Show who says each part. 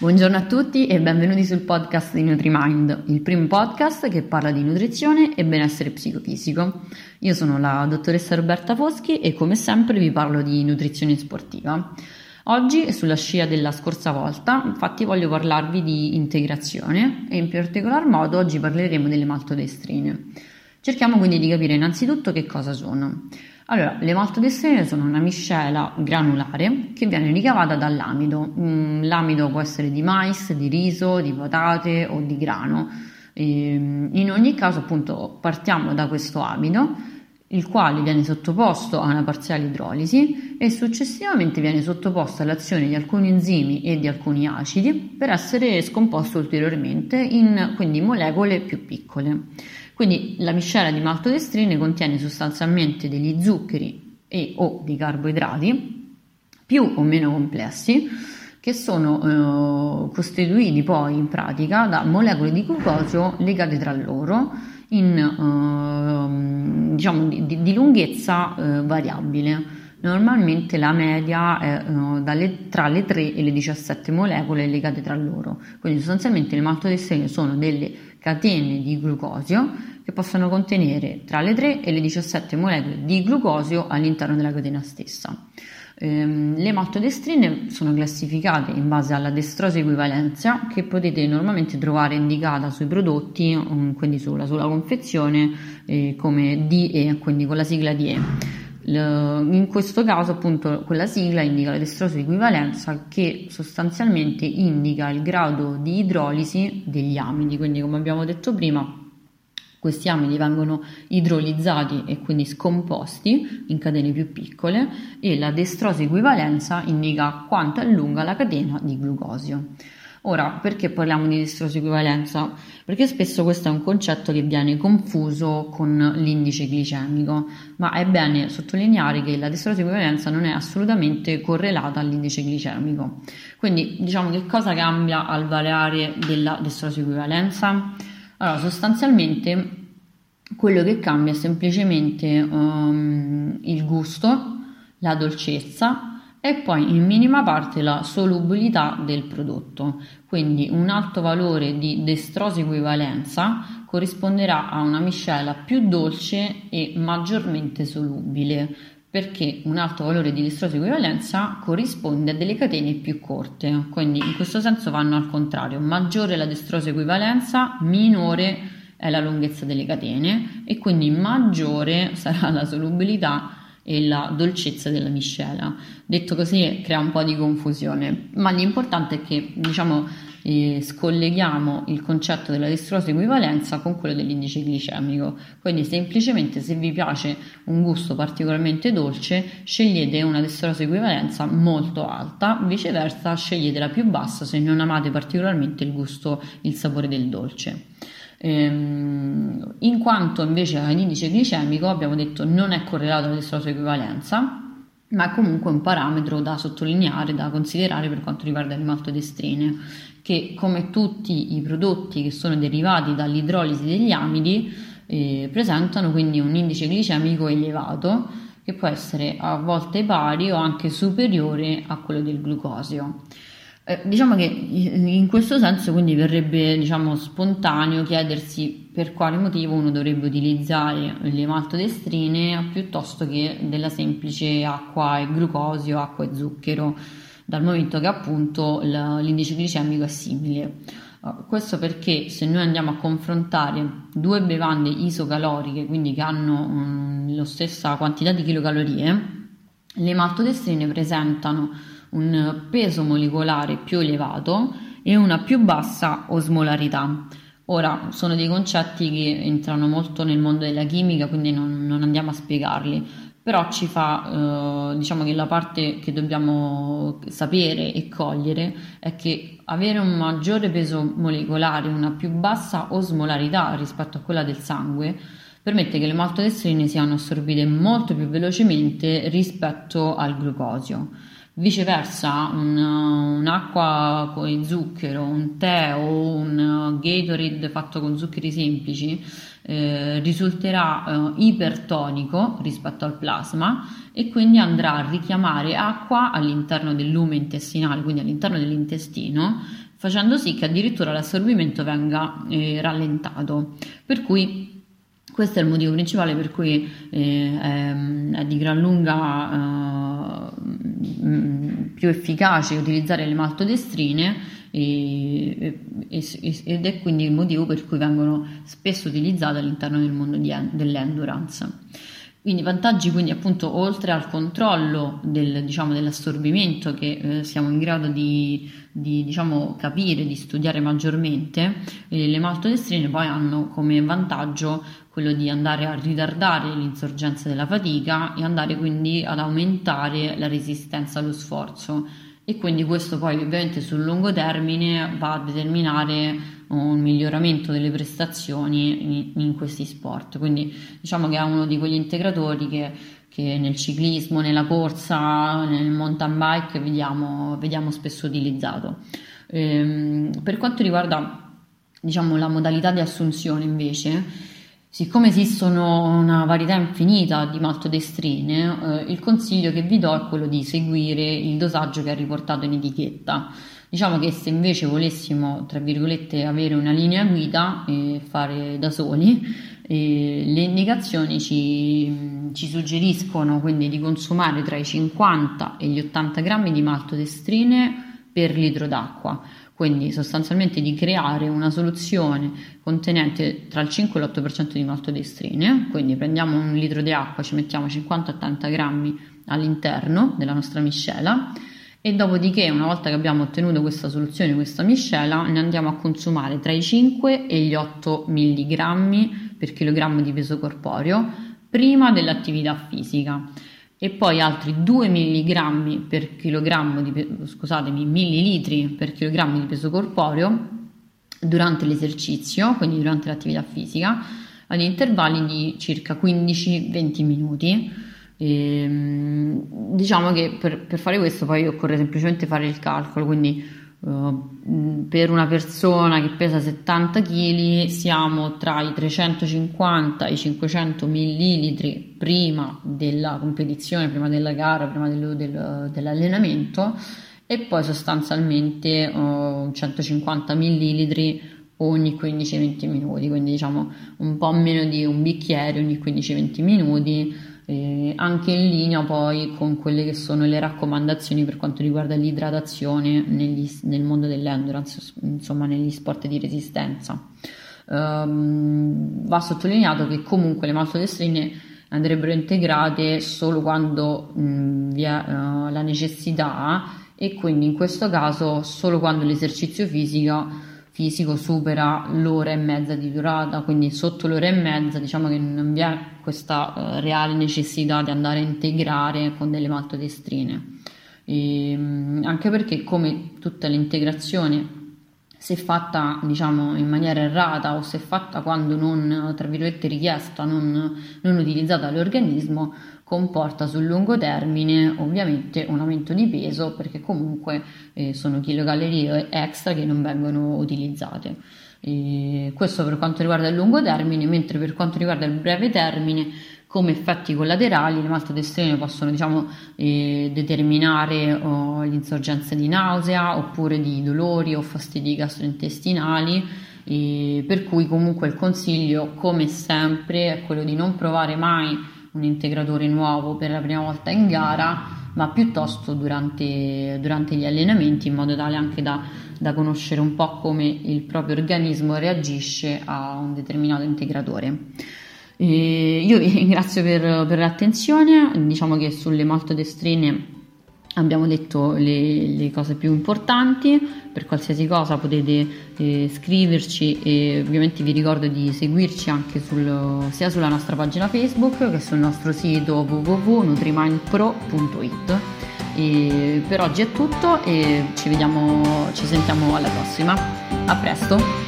Speaker 1: Buongiorno a tutti e benvenuti sul podcast di NutriMind, il primo podcast che parla di nutrizione e benessere psicofisico. Io sono la dottoressa Roberta Foschi e come sempre vi parlo di nutrizione sportiva. Oggi, sulla scia della scorsa volta, infatti voglio parlarvi di integrazione e in particolar modo oggi parleremo delle maltodestrine. Cerchiamo quindi di capire innanzitutto che cosa sono. Allora, le maltodestrine sono una miscela granulare che viene ricavata dall'amido. L'amido può essere di mais, di riso, di patate o di grano. In ogni caso, appunto, partiamo da questo amido, il quale viene sottoposto a una parziale idrolisi e successivamente viene sottoposto all'azione di alcuni enzimi e di alcuni acidi per essere scomposto ulteriormente in quindi molecole più piccole. Quindi la miscela di maltodestrine contiene sostanzialmente degli zuccheri e o dei carboidrati più o meno complessi che sono costituiti poi in pratica da molecole di glucosio legate tra loro in di lunghezza variabile. Normalmente la media è tra le 3 e le 17 molecole legate tra loro, quindi sostanzialmente le maltodestrine sono delle catene di glucosio che possono contenere tra le 3 e le 17 molecole di glucosio all'interno della catena stessa. Le maltodestrine sono classificate in base alla destrosa equivalenza che potete normalmente trovare indicata sui prodotti, quindi sulla confezione come DE, quindi con la sigla DE. In questo caso appunto quella sigla indica la destrosa equivalenza che sostanzialmente indica il grado di idrolisi degli amidi, quindi come abbiamo detto prima questi amidi vengono idrolizzati e quindi scomposti in catene più piccole e la destrosa equivalenza indica quanto è lunga la catena di glucosio. Ora, perché parliamo di destrosa equivalenza? Perché spesso questo è un concetto che viene confuso con l'indice glicemico, ma è bene sottolineare che la destrosa equivalenza non è assolutamente correlata all'indice glicemico. Quindi, diciamo, che cosa cambia al variare della destrosa equivalenza? Allora, sostanzialmente quello che cambia è semplicemente il gusto, la dolcezza e poi in minima parte la solubilità del prodotto. Quindi un alto valore di destrosa equivalenza corrisponderà a una miscela più dolce e maggiormente solubile, perché un alto valore di destrosa equivalenza corrisponde a delle catene più corte. Quindi in questo senso vanno al contrario: maggiore la destrosa equivalenza, minore è la lunghezza delle catene e quindi maggiore sarà la solubilità e la dolcezza della miscela. Detto così crea un po' di confusione, ma l'importante è che scolleghiamo il concetto della destrosa equivalenza con quello dell'indice glicemico. Quindi semplicemente, se vi piace un gusto particolarmente dolce, scegliete una destrosa equivalenza molto alta, viceversa scegliete la più bassa se non amate particolarmente il sapore del dolce. In quanto invece all'indice glicemico, abbiamo detto, non è correlato alla destrosa equivalenza, ma è comunque un parametro da sottolineare, da considerare per quanto riguarda le maltodestrine, che come tutti i prodotti che sono derivati dall'idrolisi degli amidi presentano quindi un indice glicemico elevato che può essere a volte pari o anche superiore a quello del glucosio. Diciamo che in questo senso quindi verrebbe, diciamo, spontaneo chiedersi per quale motivo uno dovrebbe utilizzare le maltodestrine piuttosto che della semplice acqua e glucosio, acqua e zucchero, dal momento che appunto l'indice glicemico è simile. Questo perché se noi andiamo a confrontare due bevande isocaloriche, quindi che hanno la stessa quantità di chilocalorie, le maltodestrine presentano un peso molecolare più elevato e una più bassa osmolarità. Ora, sono dei concetti che entrano molto nel mondo della chimica, quindi non andiamo a spiegarli, però ci fa, diciamo che la parte che dobbiamo sapere e cogliere è che avere un maggiore peso molecolare, una più bassa osmolarità rispetto a quella del sangue, permette che le maltodestrine siano assorbite molto più velocemente rispetto al glucosio. Viceversa, un'acqua con zucchero, un tè o un Gatorade fatto con zuccheri semplici risulterà ipertonico rispetto al plasma e quindi andrà a richiamare acqua all'interno del lume intestinale, quindi all'interno dell'intestino, facendo sì che addirittura l'assorbimento venga rallentato. Per cui questo è il motivo principale per cui è di gran lunga più efficace utilizzare le maltodestrine ed è quindi il motivo per cui vengono spesso utilizzate all'interno del mondo dell'endurance. Quindi i vantaggi, quindi appunto oltre al controllo dell'assorbimento che siamo in grado di capire, di studiare maggiormente, le maltodestrine poi hanno come vantaggio quello di andare a ritardare l'insorgenza della fatica e andare quindi ad aumentare la resistenza allo sforzo, e quindi questo poi ovviamente sul lungo termine va a determinare un miglioramento delle prestazioni in questi sport. Quindi diciamo che è uno di quegli integratori che nel ciclismo, nella corsa, nel mountain bike vediamo spesso utilizzato. Per quanto riguarda la modalità di assunzione invece, siccome esistono una varietà infinita di maltodestrine, il consiglio che vi do è quello di seguire il dosaggio che è riportato in etichetta. Diciamo che se invece volessimo, tra virgolette, avere una linea guida e fare da soli, le indicazioni ci suggeriscono quindi di consumare tra i 50 e gli 80 grammi di maltodestrine per litro d'acqua. Quindi sostanzialmente di creare una soluzione contenente tra il 5 e l'8% di maltodestrine, quindi prendiamo un litro di acqua, ci mettiamo 50-80 grammi all'interno della nostra miscela e dopodiché, una volta che abbiamo ottenuto questa soluzione, questa miscela, ne andiamo a consumare tra i 5 e gli 8 milligrammi per chilogrammo di peso corporeo prima dell'attività fisica, e poi altri 2 milligrammi per chilogrammo millilitri per chilogrammo di peso corporeo durante l'esercizio, quindi durante l'attività fisica, ad intervalli di circa 15-20 minuti. Diciamo che per fare questo poi occorre semplicemente fare il calcolo, quindi per una persona che pesa 70 kg siamo tra i 350 e i 500 millilitri prima della competizione, prima della gara, prima dell'allenamento, e poi sostanzialmente 150 millilitri ogni 15-20 minuti, quindi diciamo un po' meno di un bicchiere ogni 15-20 minuti, anche in linea poi con quelle che sono le raccomandazioni per quanto riguarda l'idratazione nel mondo dell'endurance, insomma negli sport di resistenza. Va sottolineato che comunque le maltodestrine andrebbero integrate solo quando vi è la necessità, e quindi in questo caso solo quando l'esercizio fisico supera l'ora e mezza di durata, quindi sotto l'ora e mezza diciamo che non vi è questa reale necessità di andare a integrare con delle maltodestrine, anche perché come tutta l'integrazione, se fatta in maniera errata o se fatta quando non, tra virgolette, richiesta, non utilizzata dall'organismo, comporta sul lungo termine ovviamente un aumento di peso, perché comunque sono chilocalorie extra che non vengono utilizzate. Questo per quanto riguarda il lungo termine, mentre per quanto riguarda il breve termine, come effetti collaterali, le maltodestrine possono determinare l'insorgenza di nausea oppure di dolori o fastidi gastrointestinali, per cui comunque il consiglio, come sempre, è quello di non provare mai un integratore nuovo per la prima volta in gara, ma piuttosto durante gli allenamenti, in modo tale anche da conoscere un po' come il proprio organismo reagisce a un determinato integratore. Io vi ringrazio per l'attenzione. Diciamo che sulle maltodestrine abbiamo detto le cose più importanti. Per qualsiasi cosa potete scriverci, e ovviamente vi ricordo di seguirci anche sia sulla nostra pagina Facebook che sul nostro sito www.nutrimindpro.it. Per oggi è tutto e ci sentiamo alla prossima. A presto!